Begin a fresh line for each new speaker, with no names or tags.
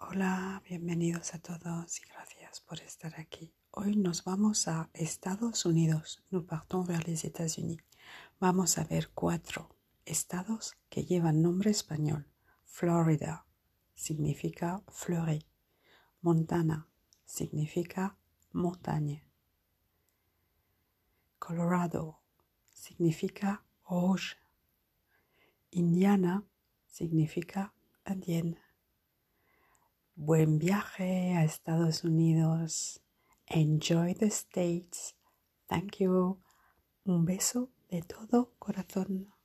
Hola, bienvenidos a todos y gracias por estar aquí. Hoy nos vamos a Estados Unidos. Nous partons vers les États-Unis. Vamos a ver 4 estados que llevan nombre español. Florida significa fleurie. Montana significa montaña. Colorado significa rouge. Indiana significa indienne. Buen viaje a Estados Unidos. Enjoy the States. Thank you. Un beso de todo corazón.